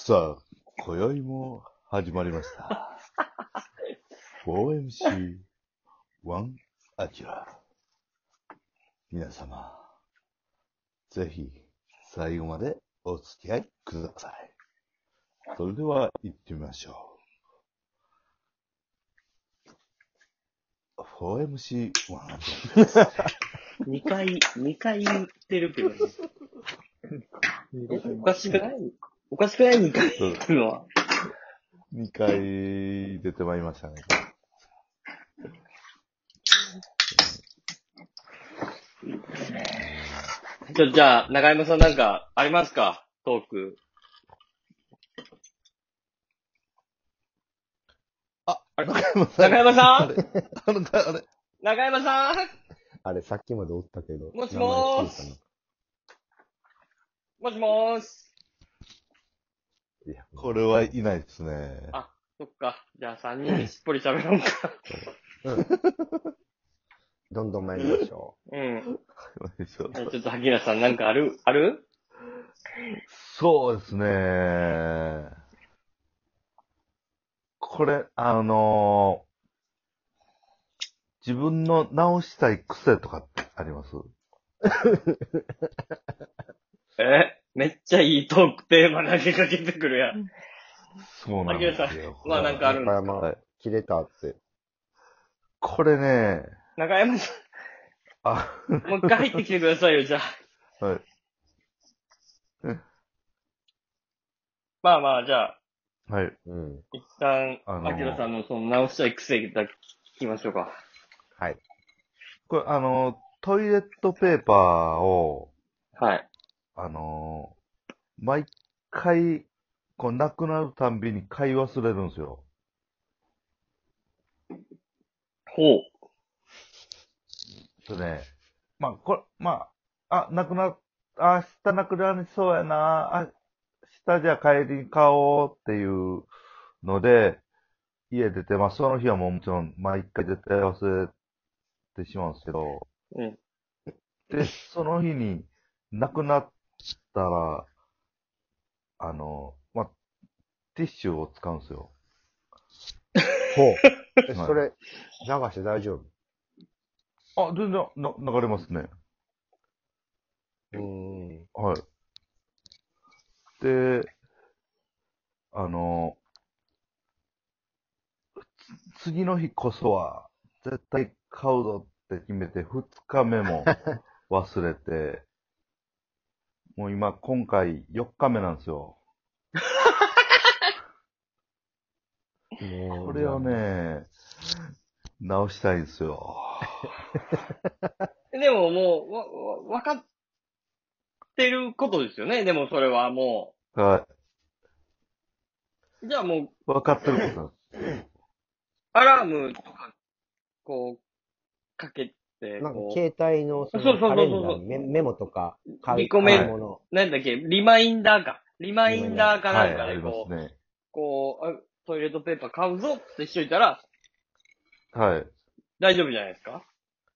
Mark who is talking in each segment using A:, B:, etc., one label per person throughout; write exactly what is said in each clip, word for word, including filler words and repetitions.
A: さあ、今宵も始まりました。フォーエムシーワン アキラ。皆様、ぜひ最後までお付き合いください。それでは行ってみましょう。フォーエムシーワン アキラです。
B: にかい、にかい言ってるけどね。おかしくないおかしくない ?に 回言うのは。
A: にかい出てまいりましたね。
B: ちょ、じゃあ、中山さんなんかありますかトーク。
A: あ、
B: あれ
A: 中山さん。
B: 中山さん
A: あれあの、あれ
B: 中山さん
C: あれ、さっきまでおったけど。
B: もしもーし。もしもーし。
C: いや、
A: これはいないですね。
B: あ、そっか。じゃあさんにんでしっぽり喋ろうか。
C: どんどん参りましょ
B: うん。
A: ちょっ
B: ちょっと、萩原さんなんかあるある
A: そうですね。これ、あのー自分の直したい癖とかってあります？
B: えめっちゃいいトークテーマ投げかけてくるやん。
A: そうなんです
B: 萩原
A: よ。
B: まあなん
C: う。
B: かあるんですか
C: 中山、
A: はい
C: 切れたって。
A: これね、
B: 中山さ
A: あ、
B: ん、もう一回入ってきてくださいよ、じゃあ。
A: はい。
B: まあまあ、じゃあ、
A: はい。
C: うん。
B: 一旦、
A: あのー
B: アキラさんのその直したい癖だけ聞きましょうか。
C: はい。
A: これ、あのートイレットペーパーを、
B: はい。
A: あのー毎回、こう、なくなるたんびに買い忘れるんですよ。
B: ほう。
A: とね、まあ、これ、まあ、あ、なくな、あ、明日なくなりそうやな、あ、明日じゃあ帰りに買おうっていうので、家出て、まあ、その日はもうもちろん毎回絶対忘れてしまうんですけど、
B: うん。
A: で、その日になくなったら、あの、まあ、ティッシュを使うんですよ。
C: ほう。え、
A: はい
C: それ、流して大丈夫？
A: あ、全然な流れますね。
C: うーん。
A: はい。で、あの、つ次の日こそは、絶対買うぞって決めて、二日目も忘れて、もう今、今回よっかめなんですよ。
C: もう
A: これをね、直したいんですよ。
B: でももう、わ、わ、わかってることですよね。でもそれはも
A: は
B: う。じゃあもう、
A: い。分かってることなんです。
B: アラームとか、こう、かけて、
C: なんか、
B: こ
C: 携帯のそ
B: そうそうそうそう
C: のカレンダーにメメモとか
B: う、
C: 買う、
B: リコメン、
C: 買うもの。
B: なんだっけ、リマインダーか。リマインダーか
A: はい、
B: なんか
A: ありま
B: でこう、
A: すね。
B: こう、あトイレットペーパー買うぞってしといたら、
A: はい。
B: 大丈夫じゃないですか。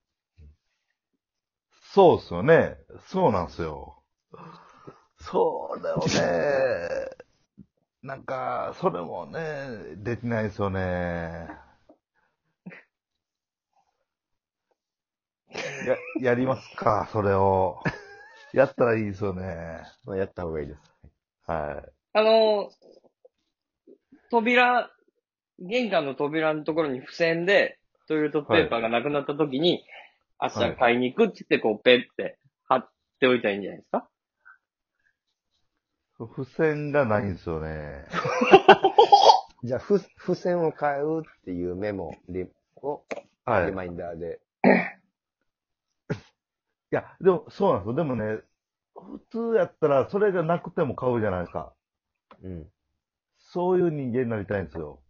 A: そうっすよね。そうなんですよ。そうだよね。なんか、それもね、できないですよね。や、やりますか、それを。やったらいいですよね。
C: まあやった方がいいです。
A: は
B: あの、扉、玄関の扉のところに付箋で、トイレットペーパーがなくなった時に、明日買いに行くって言って、こう、ペって貼っておいたらいいんじゃないですか。
A: い。付箋がないんですよね。
C: じゃあ、ふ、付箋を買うっていうメモリを、
A: はい。
C: リ
A: い
C: マインダーで。
A: や、でも、そうなんですよ。でもね、普通やったら、それがなくても買うじゃないですか。
C: うん。
A: そういう人間になりたいんですよ。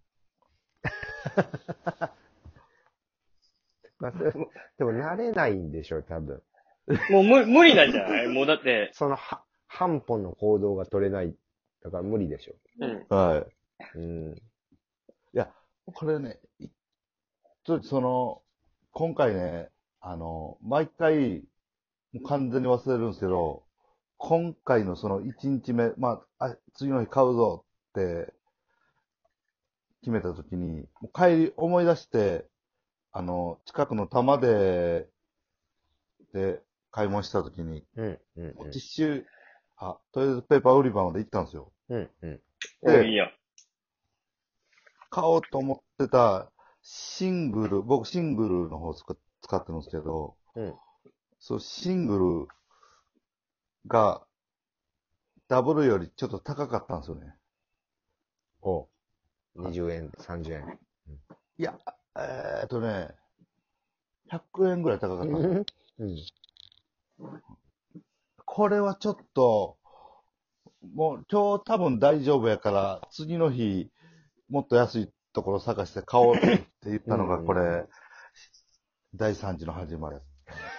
C: まあ、それでも慣れないんでしょ、多分。
B: もう無無理なんじゃないもうだって、
C: そのは、半歩の行動が取れない。だから無理でしょ。
B: うん。
A: はい。
C: うん。
A: いや、これね、いちょっとその、今回ね、あの、毎回、もう完全に忘れるんですけど、今回のそのいちにちめ、まあ、あ、次の日買うぞって決めたときに、もう帰り思い出して、あの、近くの玉で、で、買い物したときに、
C: うん、うん、うん
A: ティッシュ、あ、トイレットペーパー売り場まで行ったんですよ。
C: うん、うん。
B: おいいや。
A: 買おうと思ってたシングル、僕シングルの方使使ってるんですけど、
C: うん。
A: そう、シングルがダブルよりちょっと高かったんですよね。
C: おにじゅうえん、さんじゅうえん。
A: いや、えーっとね、ひゃくえんぐらい高かったんですよ。
C: うん。
A: これはちょっと、もう今日多分大丈夫やから、次の日、もっと安いところ探して買おうって言ったのが、こ
C: うんうんう
A: れ、第三次の始まりです。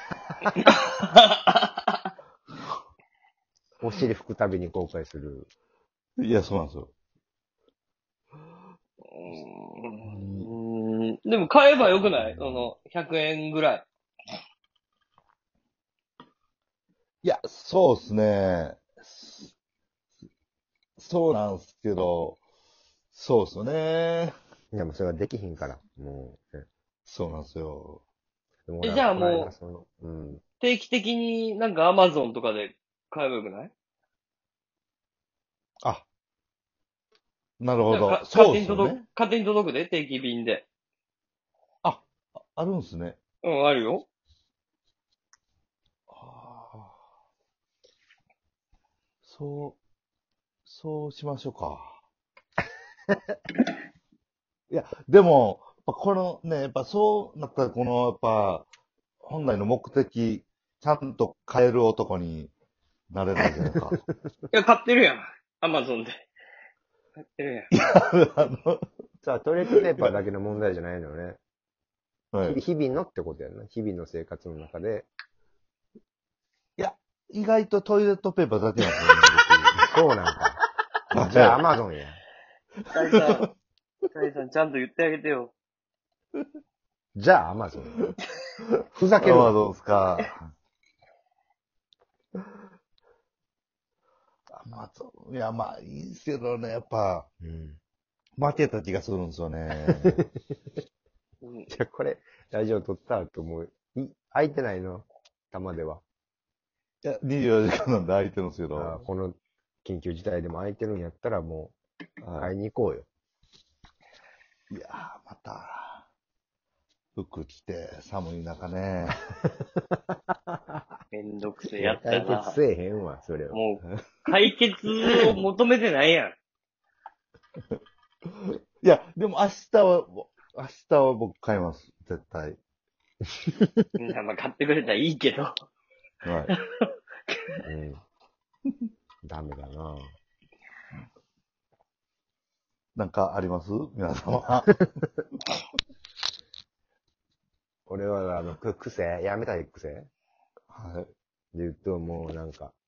C: お尻拭くたびに後悔する。
A: いや、そうなんですよ。
B: うーん。でも買えばよくないその、ひゃくえんぐらい。
A: いや、そうですね。そうなんですけど、そうですよね。
C: でもそれはできひんから。もう、ね。
A: そうなんですよ。
C: でも
B: え、じゃあ
C: 俺はこの間
B: も
C: その、うん。
B: う、定期的になんかアマゾンとかで買えばよくない
A: あ、なるほど。
B: じゃあか、勝
A: そう
B: 手に届く、
A: ですよね。
B: 勝手に届くで、定期便で。
A: あ、ああるんですね。
B: うん、あるよ。
A: あーそう、そうしましょうか。いや、でも、やっぱこのね、やっぱそうなったら、この、やっぱ、本来の目的、ちゃんと変える男になれないじゃないか。
B: いや、買ってるやん。アマゾンで。買ってるやん。
A: あの、
C: さあ、トイレットペーパーだけの問題じゃないのよね。
A: はい。
C: 日々のってことやな。日々の生活の中で。
A: いや、意外とトイレットペーパーだけなんですよね。
C: そうなんか。
A: 僕
C: じゃあ、アマゾンや。
B: カイさん、カイさんちゃんと言ってあげてよ。
C: じゃあ、アマゾンや。ふざ
A: ア
C: けるな。
A: マゾンっすか。アマゾン。いや、まあ、いいですけどね、やっぱ、
C: うん。
A: 負けた気がするんですよね。
B: うん、
C: じゃあ、これ、ラジオ撮った後もう、い、空いてないの玉では。
A: いや、にじゅうよじかんなんで空いてるんですけ
C: あー
A: ど。
C: この緊急事態でも空いてるんやったらもう、
A: は
C: 買いに行こうよ。
A: い、いやー、また、服着て寒い中ね。
B: めんどくせえやったな
C: 解決。せえへんわ、それは。
B: もう、解決を求めてないやん。
A: いや、でも明日は、明日は僕買います。絶対。
B: みんなまあ買ってくれたらいいけど。
A: はい。
C: うん。ダメだな。
A: なんかあります皆様。
C: 俺は、あの、く癖やめたい癖で
A: はい。
C: 言うと、もうなんか、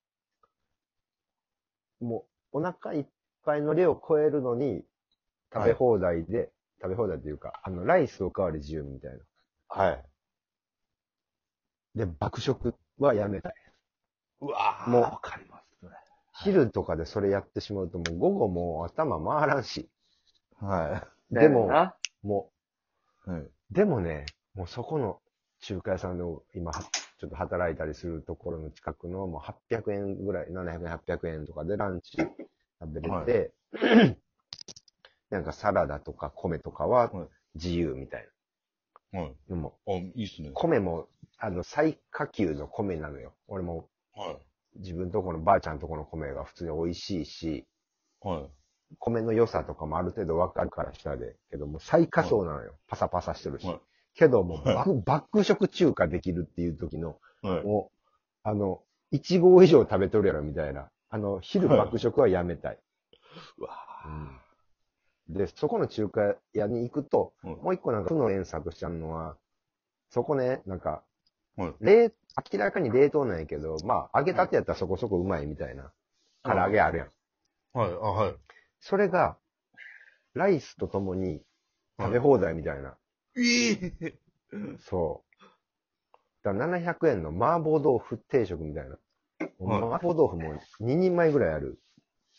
C: もう、お腹いっぱいの量を超えるのに、食べ放題で、食べ放題っていうか、あの、ライスおかわり自由みたいな。
A: はい。
C: で、爆食はやめたい。
A: うわー
C: もう
A: わかりますね。
C: 昼とかでそれやってしまうと、もう午後もう頭回らんし。
A: は
C: でも、
B: な
C: も
A: い。はい。
C: う、でもね、もうそこの中華屋さんで今、はちょっと働いたりするところの近くのもうはっぴゃくえんぐらい、ななひゃくえん、はっぴゃくえんとかでランチ食べれて、なんかサラダとか米とかは
A: はい
C: 自由みたい
A: はい。
C: な。も
A: あ、いいっすね
C: う。米も、あの、最下級の米なのよ。俺も
A: はい。
C: 自分とこのばあちゃんとこの米が普通に美味しいし、
A: はい。
C: 米の良さとかもある程度わかるから下で。けども最下層なのよ。パサパサしてるし。
A: はい
C: けどもう
A: はい
C: バク、爆食中華できるっていう時の、
A: はい。
C: もう、あの、いち合以上食べとるやろみたいな。あの、昼
A: はい
C: 爆食はやめたい。
A: うわ
C: うん、で、そこの中華屋に行くと、
A: うん
C: もう一個なんか負の連鎖としてあるのは、そこね、なんか、
A: はい。
C: 冷、明らかに冷凍なんやけど、まあ、揚げたてやったらそこそこうまいみたいな。唐揚げあるやん。
A: はい。あ、はい。
C: それが、ライスとともに食べ放題みたいな。
A: いい
C: そう。だからななひゃくえんの麻婆豆腐定食みたいな。
A: はい
C: 麻婆豆腐もににんまえぐらいある。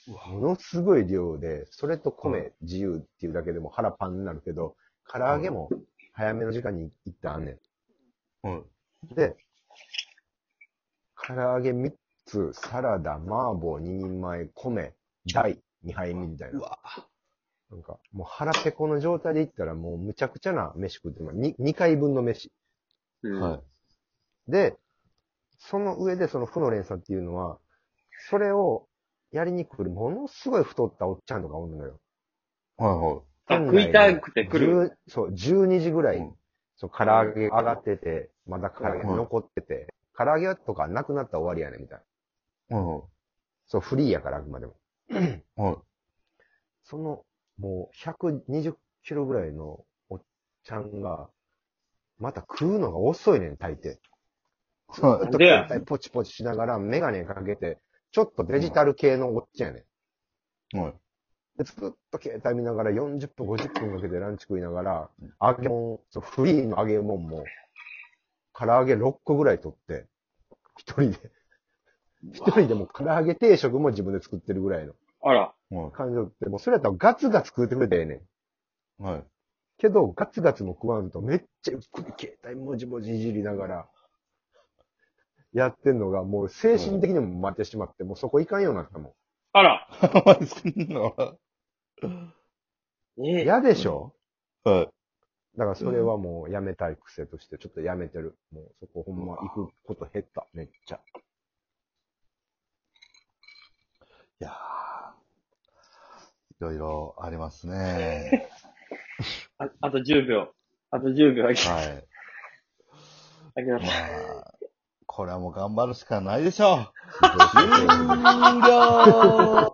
C: ものすごい量で、それと米自由っていうだけでも腹パンになるけど、唐揚げも早めの時間に行ってあんね
A: はい。
C: ん。で、唐揚げみっつ、サラダ、麻婆ににんまえ、米、大にはいみたいうな。
A: わ。
C: なんか、もう腹ペコの状態で行ったらもうむちゃくちゃな飯食ってます。に、にかいぶんの飯。
B: うん。
A: はい。
C: で、その上でその負の連鎖っていうのは、それをやりに来るものすごい太ったおっちゃんとかおるのよ。
A: はいはい。
B: あ、食いたくて来る。
C: じゅうそう、じゅうにじぐらい、
A: うん
C: そう、唐揚げ上がってて、まだ唐揚げ残ってて、唐揚げとかなくなったら終わりやねみたいな。
A: はいはい。
C: そう、フリーやから、あくまでも。
A: はい。
C: その、もうひゃくにじゅっキロぐらいのおっちゃんが、また食うのが遅いねん、大抵。ず
A: は
C: ーっと携帯ポチポチしながら、メガネかけて、ちょっとデジタル系のおっちゃんやねん。
A: い。はい。
C: で、ずっと携帯見ながらよんじゅっぷん、ごじゅっぷんかけてランチ食いながら、揚げ物、そうフリーの揚げ物も、唐揚げろっこぐらい取って、一人で、一人でも唐揚げ定食も自分で作ってるぐらいの
B: あら。
A: は
C: 感じで、もうそれやったらガツガツ食うてくれてええねん。
A: い。はい。
C: けど、ガツガツも食わんと、めっちゃゆっくり携帯もじもじいじりながら、やってんのが、もう精神的にも待ってしまって、もうそこ行かんようになったも
B: あら。
A: そんなは
C: ん。
B: え
C: 嫌でしょ
A: はい。
C: だからそれはもうやめたい癖として、ちょっとやめてる。もうそこほんま行くこと減った、めっちゃ。
A: いやー、いろいろありますね。
B: ああとじゅうびょう。あとじゅうびょうあき
A: はい。
B: あきま
A: ま
B: す。
A: あ、これはもう頑張るしかないでしょう。
C: 終
A: 終了